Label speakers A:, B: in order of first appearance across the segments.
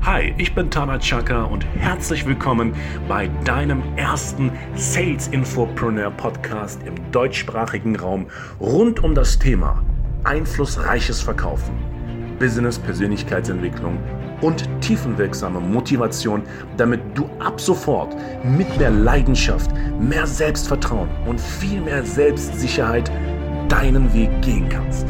A: Hi, ich bin Tana Chaka und herzlich willkommen bei deinem ersten Sales Infopreneur Podcast im deutschsprachigen Raum rund um das Thema einflussreiches Verkaufen, Business, Persönlichkeitsentwicklung und tiefenwirksame Motivation, damit du ab sofort mit mehr Leidenschaft, mehr Selbstvertrauen und viel mehr Selbstsicherheit deinen Weg gehen kannst.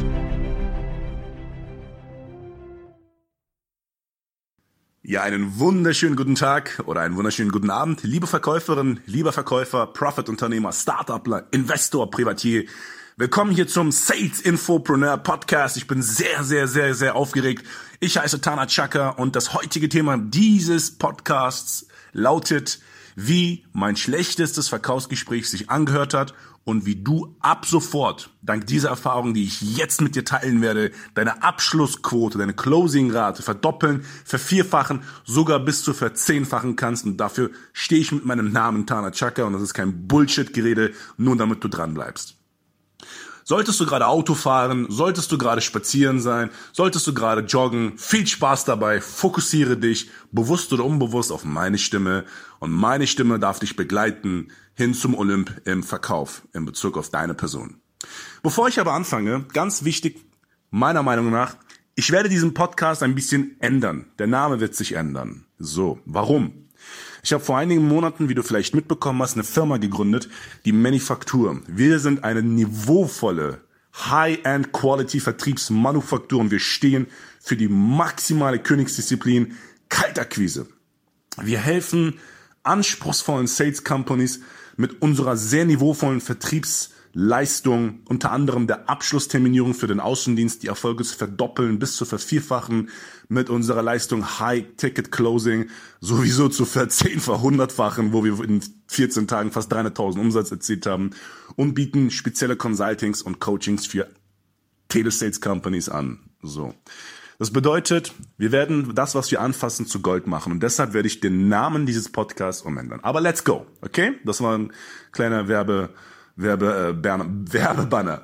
B: Ja, einen wunderschönen guten Tag oder einen wunderschönen guten Abend, liebe Verkäuferin, lieber Verkäufer, Profit-Unternehmer, Startupler, Investor, Privatier. Willkommen hier zum Sales Infopreneur Podcast. Ich bin sehr aufgeregt. Ich heiße Tana Chaka und das heutige Thema dieses Podcasts lautet, wie mein schlechtestes Verkaufsgespräch sich angehört hat und wie du ab sofort, dank dieser Erfahrung, die ich jetzt mit dir teilen werde, deine Abschlussquote, deine Closing-Rate verdoppeln, vervierfachen, sogar bis zu verzehnfachen kannst. Und dafür stehe ich mit meinem Namen Tana Chaka und das ist kein Bullshit-Gerede, nur damit du dran bleibst. Solltest du gerade Auto fahren, solltest du gerade spazieren sein, solltest du gerade joggen, viel Spaß dabei, fokussiere dich, bewusst oder unbewusst, auf meine Stimme und meine Stimme darf dich begleiten hin zum Olymp im Verkauf in Bezug auf deine Person. Bevor ich aber anfange, ganz wichtig, meiner Meinung nach, ich werde diesen Podcast ein bisschen ändern. Der Name wird sich ändern. So, warum? Ich habe vor einigen Monaten, wie du vielleicht mitbekommen hast, eine Firma gegründet, die Manufaktur. Wir sind eine niveauvolle High-End-Quality-Vertriebsmanufaktur und wir stehen für die maximale Königsdisziplin Kaltakquise. Wir helfen anspruchsvollen Sales Companies mit unserer sehr niveauvollen Vertriebsleistung, unter anderem der Abschlussterminierung für den Außendienst, die Erfolge zu verdoppeln bis zu vervierfachen, mit unserer Leistung High-Ticket-Closing sowieso zu verzehnfachen, wo wir in 14 Tagen fast 300.000 Umsatz erzielt haben und bieten spezielle Consultings und Coachings für Telesales-Companies an. So. Das bedeutet, wir werden das, was wir anfassen, zu Gold machen. Und deshalb werde ich den Namen dieses Podcasts umändern. Aber let's go, okay? Das war ein kleiner Werbebanner.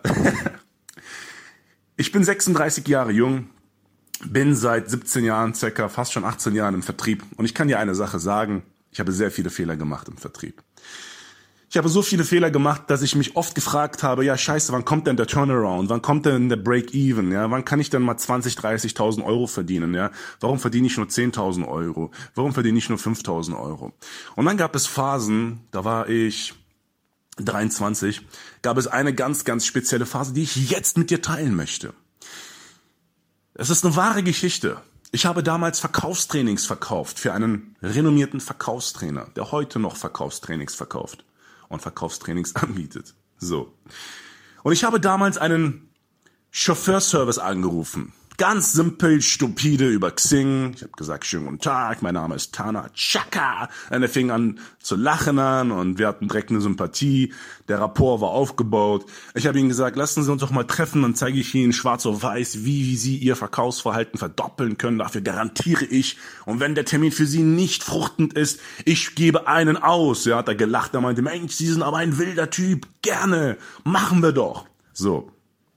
B: Ich bin 36 Jahre jung, bin seit 17 Jahren, circa fast schon 18 Jahren im Vertrieb. Und ich kann dir eine Sache sagen, ich habe sehr viele Fehler gemacht im Vertrieb. Ich habe so viele Fehler gemacht, dass ich mich oft gefragt habe, ja scheiße, wann kommt denn der Turnaround? Wann kommt denn der Break-Even? Ja, wann kann ich denn mal 20.000, 30.000 Euro verdienen? Ja, warum verdiene ich nur 10.000 Euro? Warum verdiene ich nur 5.000 Euro? Und dann gab es Phasen, da war ich 23, gab es eine ganz spezielle Phase, die ich jetzt mit dir teilen möchte. Es ist eine wahre Geschichte. Ich habe damals Verkaufstrainings verkauft für einen renommierten Verkaufstrainer, der heute noch Verkaufstrainings verkauft und Verkaufstrainings anbietet. So. Und ich habe damals einen Chauffeurservice angerufen. Ganz simpel, stupide über Xing. Ich habe gesagt, schönen guten Tag, mein Name ist Tana Chaka. Und er fing an zu lachen an und wir hatten direkt eine Sympathie. Der Rapport war aufgebaut. Ich habe ihm gesagt, lassen Sie uns doch mal treffen, dann zeige ich Ihnen schwarz auf weiß, wie Sie Ihr Verkaufsverhalten verdoppeln können. Dafür garantiere ich. Und wenn der Termin für Sie nicht fruchtend ist, ich gebe einen aus. Ja, hat er gelacht, er meinte, Mensch, Sie sind aber ein wilder Typ. Gerne, machen wir doch. So.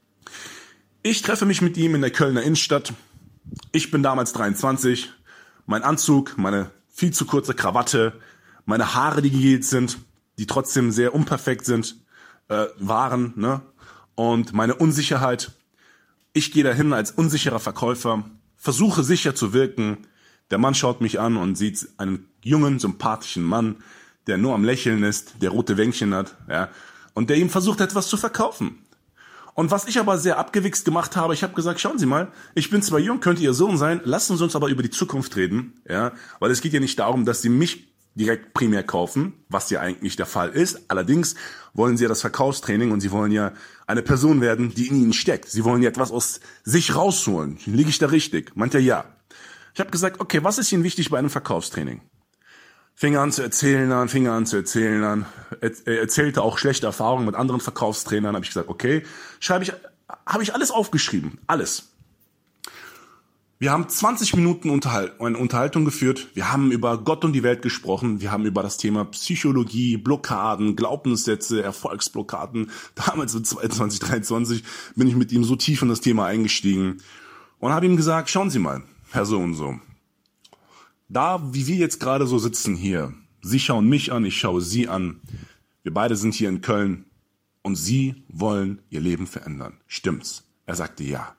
B: Ich treffe mich mit ihm in der Kölner Innenstadt. Ich bin damals 23. Mein Anzug, meine viel zu kurze Krawatte, meine Haare, die gegelt sind, die trotzdem sehr unperfekt sind, waren, ne? Und meine Unsicherheit. Ich gehe dahin als unsicherer Verkäufer, versuche sicher zu wirken. Der Mann schaut mich an und sieht einen jungen, sympathischen Mann, der nur am Lächeln ist, der rote Wänkchen hat, ja, und der ihm versucht, etwas zu verkaufen. Und was ich aber sehr abgewichst gemacht habe, ich habe gesagt, schauen Sie mal, ich bin zwar jung, könnte Ihr Sohn sein, lassen Sie uns aber über die Zukunft reden, ja, weil es geht ja nicht darum, dass Sie mich direkt primär kaufen, was ja eigentlich der Fall ist. Allerdings wollen Sie ja das Verkaufstraining und Sie wollen ja eine Person werden, die in Ihnen steckt. Sie wollen ja etwas aus sich rausholen. Liege ich da richtig? Meint er ja. Ich habe gesagt, okay, was ist Ihnen wichtig bei einem Verkaufstraining? Fing an zu erzählen. Er erzählte auch schlechte Erfahrungen mit anderen Verkaufstrainern. Habe ich gesagt, okay, habe ich alles aufgeschrieben, alles. Wir haben 20 Minuten eine Unterhaltung geführt. Wir haben über Gott und die Welt gesprochen. Wir haben über das Thema Psychologie, Blockaden, Glaubenssätze, Erfolgsblockaden. Damals so 22, 23 bin ich mit ihm so tief in das Thema eingestiegen und habe ihm gesagt, schauen Sie mal, Herr so und so. Da, wie wir jetzt gerade so sitzen hier, Sie schauen mich an, ich schaue Sie an. Wir beide sind hier in Köln und Sie wollen Ihr Leben verändern. Stimmt's? Er sagte ja.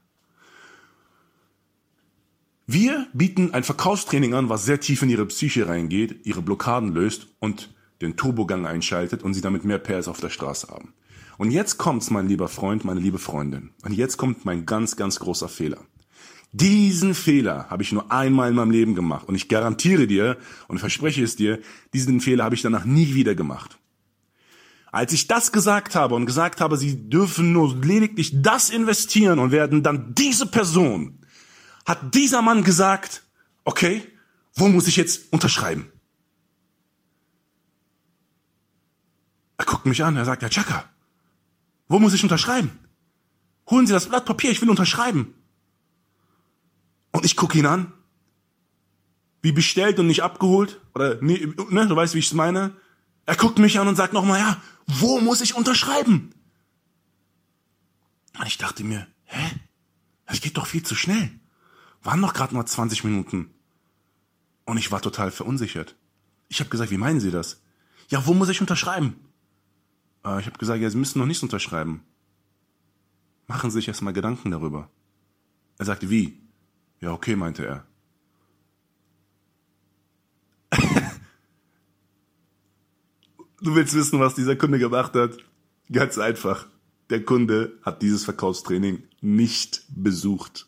B: Wir bieten ein Verkaufstraining an, was sehr tief in Ihre Psyche reingeht, Ihre Blockaden löst und den Turbogang einschaltet und Sie damit mehr PS auf der Straße haben. Und jetzt kommt's, mein lieber Freund, meine liebe Freundin. Und jetzt kommt mein ganz, ganz großer Fehler. Diesen Fehler habe ich nur einmal in meinem Leben gemacht. Und ich garantiere dir und verspreche es dir, diesen Fehler habe ich danach nie wieder gemacht. Als ich das gesagt habe und gesagt habe, Sie dürfen nur lediglich das investieren und werden dann diese Person, hat dieser Mann gesagt, okay, wo muss ich jetzt unterschreiben? Er guckt mich an, er sagt, Herr Chaka, wo muss ich unterschreiben? Holen Sie das Blatt Papier, ich will unterschreiben. Und ich gucke ihn an, wie bestellt und nicht abgeholt, oder nee, ne, du weißt, wie ich es meine. Er guckt mich an und sagt nochmal, ja, wo muss ich unterschreiben? Und ich dachte mir, das geht doch viel zu schnell. Waren doch gerade mal 20 Minuten. Und ich war total verunsichert. Ich habe gesagt, wie meinen Sie das? Ja, wo muss ich unterschreiben? Ich habe gesagt, ja, Sie müssen noch nichts unterschreiben. Machen Sie sich erstmal Gedanken darüber. Er sagte, wie? Ja, okay, meinte er. Du willst wissen, was dieser Kunde gemacht hat? Ganz einfach. Der Kunde hat dieses Verkaufstraining nicht besucht.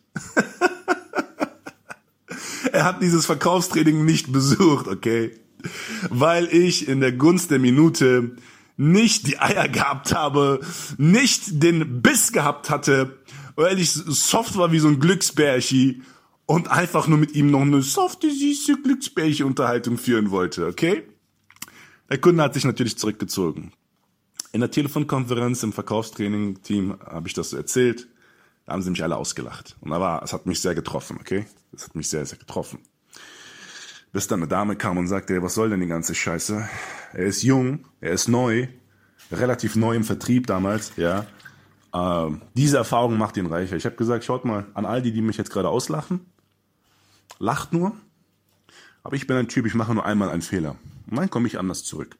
B: Er hat dieses Verkaufstraining nicht besucht, okay? Weil ich in der Gunst der Minute nicht die Eier gehabt habe, nicht den Biss gehabt hatte, weil ich soft war wie so ein Glücksbärchi und einfach nur mit ihm noch eine softe, süße Glücksbärchen-Unterhaltung führen wollte, okay? Der Kunde hat sich natürlich zurückgezogen. In der Telefonkonferenz im Verkaufstraining-Team habe ich das so erzählt. Da haben sie mich alle ausgelacht. Und es hat mich sehr getroffen, okay? Das hat mich sehr, sehr getroffen. Bis dann eine Dame kam und sagte, hey, was soll denn die ganze Scheiße? Er ist jung, er ist neu, relativ neu im Vertrieb damals, ja. Diese Erfahrung macht ihn reicher. Ich habe gesagt, schaut mal, an all die mich jetzt gerade auslachen, lacht nur, aber ich bin ein Typ, ich mache nur einmal einen Fehler. Und dann komme ich anders zurück.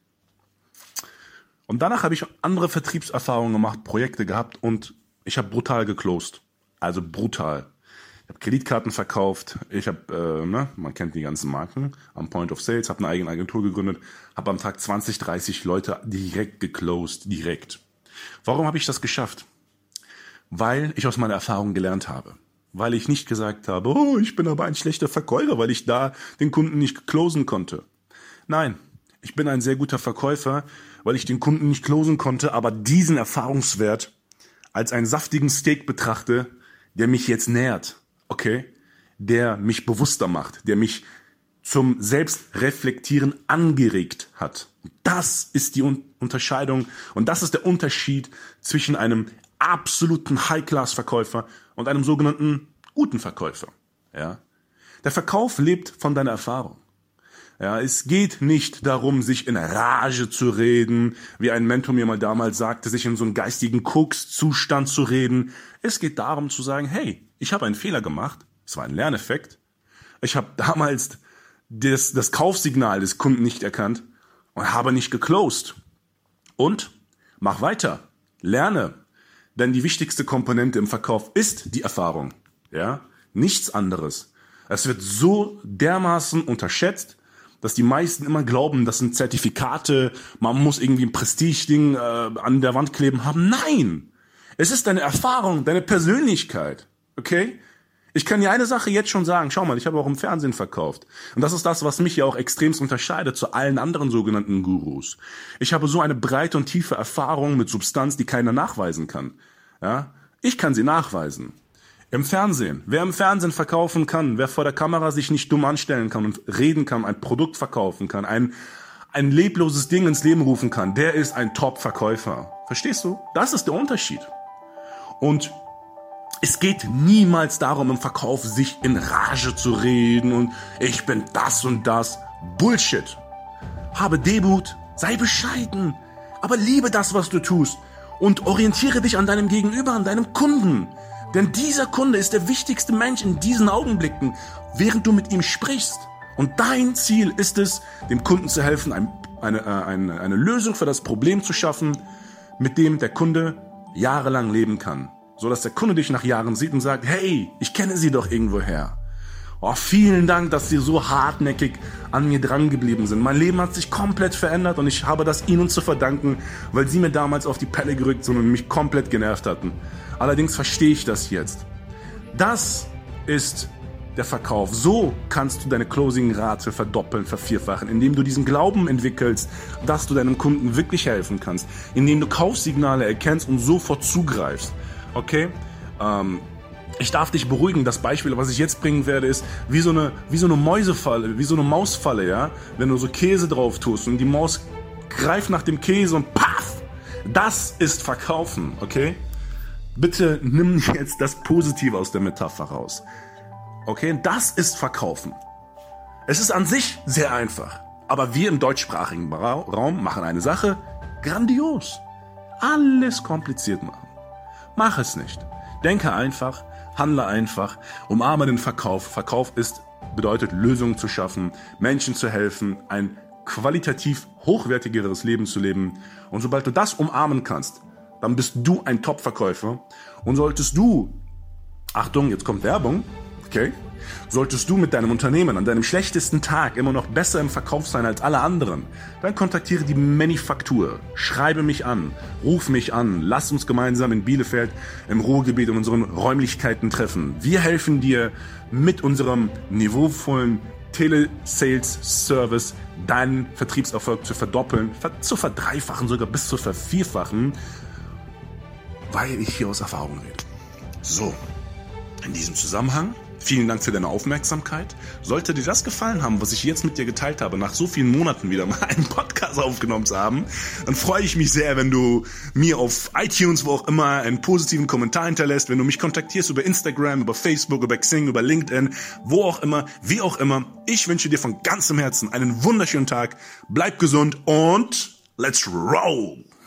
B: Und danach habe ich andere Vertriebserfahrungen gemacht, Projekte gehabt und ich habe brutal geclosed. Also brutal. Ich habe Kreditkarten verkauft, ich habe, man kennt die ganzen Marken, am Point of Sales, habe eine eigene Agentur gegründet, habe am Tag 20, 30 Leute direkt geclosed, direkt. Warum habe ich das geschafft? Weil ich aus meiner Erfahrung gelernt habe. Weil ich nicht gesagt habe, oh, ich bin aber ein schlechter Verkäufer, weil ich da den Kunden nicht closen konnte. Nein, ich bin ein sehr guter Verkäufer, weil ich den Kunden nicht closen konnte, aber diesen Erfahrungswert als einen saftigen Steak betrachte, der mich jetzt nährt, okay? Der mich bewusster macht, der mich zum Selbstreflektieren angeregt hat. Das ist die Unterscheidung und das ist der Unterschied zwischen einem absoluten High-Class-Verkäufer und einem sogenannten guten Verkäufer. Ja? Der Verkauf lebt von deiner Erfahrung. Ja, es geht nicht darum, sich in Rage zu reden, wie ein Mentor mir mal damals sagte, sich in so einen geistigen Kokszustand zu reden. Es geht darum zu sagen, hey, ich habe einen Fehler gemacht, es war ein Lerneffekt. Ich habe damals das Kaufsignal des Kunden nicht erkannt und habe nicht geclosed. Und mach weiter, lerne. Denn die wichtigste Komponente im Verkauf ist die Erfahrung. Ja, nichts anderes. Es wird so dermaßen unterschätzt, dass die meisten immer glauben, das sind Zertifikate, man muss irgendwie ein Prestigeding an der Wand kleben haben. Nein, es ist deine Erfahrung, deine Persönlichkeit, okay? Ich kann dir eine Sache jetzt schon sagen, schau mal, ich habe auch im Fernsehen verkauft. Und das ist das, was mich ja auch extremst unterscheidet zu allen anderen sogenannten Gurus. Ich habe so eine breite und tiefe Erfahrung mit Substanz, die keiner nachweisen kann. Ja? Ich kann sie nachweisen. Im Fernsehen. Wer im Fernsehen verkaufen kann, wer vor der Kamera sich nicht dumm anstellen kann und reden kann, ein Produkt verkaufen kann, ein lebloses Ding ins Leben rufen kann, der ist ein Top-Verkäufer. Verstehst du? Das ist der Unterschied. Und es geht niemals darum, im Verkauf sich in Rage zu reden und ich bin das und das. Bullshit. Habe Demut, sei bescheiden, aber liebe das, was du tust und orientiere dich an deinem Gegenüber, an deinem Kunden. Denn dieser Kunde ist der wichtigste Mensch in diesen Augenblicken, während du mit ihm sprichst. Und dein Ziel ist es, dem Kunden zu helfen, eine Lösung für das Problem zu schaffen, mit dem der Kunde jahrelang leben kann. So dass der Kunde dich nach Jahren sieht und sagt, hey, ich kenne Sie doch irgendwoher. Oh, vielen Dank, dass Sie so hartnäckig an mir dran geblieben sind. Mein Leben hat sich komplett verändert und ich habe das Ihnen zu verdanken, weil Sie mir damals auf die Pelle gerückt sind und mich komplett genervt hatten. Allerdings verstehe ich das jetzt. Das ist der Verkauf. So kannst du deine Closing-Rate verdoppeln, vervierfachen, indem du diesen Glauben entwickelst, dass du deinem Kunden wirklich helfen kannst, indem du Kaufsignale erkennst und sofort zugreifst. Okay? Ich darf dich beruhigen. Das Beispiel, was ich jetzt bringen werde, ist wie so eine Mäusefalle, wie so eine Mausfalle, ja? Wenn du so Käse drauf tust und die Maus greift nach dem Käse und paff! Das ist Verkaufen, okay? Bitte nimm jetzt das Positive aus der Metapher raus. Okay, das ist Verkaufen. Es ist an sich sehr einfach. Aber wir im deutschsprachigen Raum machen eine Sache grandios. Alles kompliziert machen. Mach es nicht. Denke einfach, handle einfach, umarme den Verkauf. Verkauf bedeutet Lösungen zu schaffen, Menschen zu helfen, ein qualitativ hochwertigeres Leben zu leben. Und sobald du das umarmen kannst, dann bist du ein Top-Verkäufer. Und solltest du, Achtung, jetzt kommt Werbung, okay? Solltest du mit deinem Unternehmen an deinem schlechtesten Tag immer noch besser im Verkauf sein als alle anderen, dann kontaktiere die Manufaktur, schreibe mich an, ruf mich an, lass uns gemeinsam in Bielefeld im Ruhrgebiet in unseren Räumlichkeiten treffen. Wir helfen dir mit unserem niveauvollen Telesales-Service deinen Vertriebserfolg zu verdoppeln, zu verdreifachen, sogar bis zu vervierfachen, weil ich hier aus Erfahrung rede. So, in diesem Zusammenhang, vielen Dank für deine Aufmerksamkeit. Sollte dir das gefallen haben, was ich jetzt mit dir geteilt habe, nach so vielen Monaten wieder mal einen Podcast aufgenommen zu haben, dann freue ich mich sehr, wenn du mir auf iTunes, wo auch immer, einen positiven Kommentar hinterlässt, wenn du mich kontaktierst über Instagram, über Facebook, über Xing, über LinkedIn, wo auch immer, wie auch immer. Ich wünsche dir von ganzem Herzen einen wunderschönen Tag, bleib gesund und let's roll!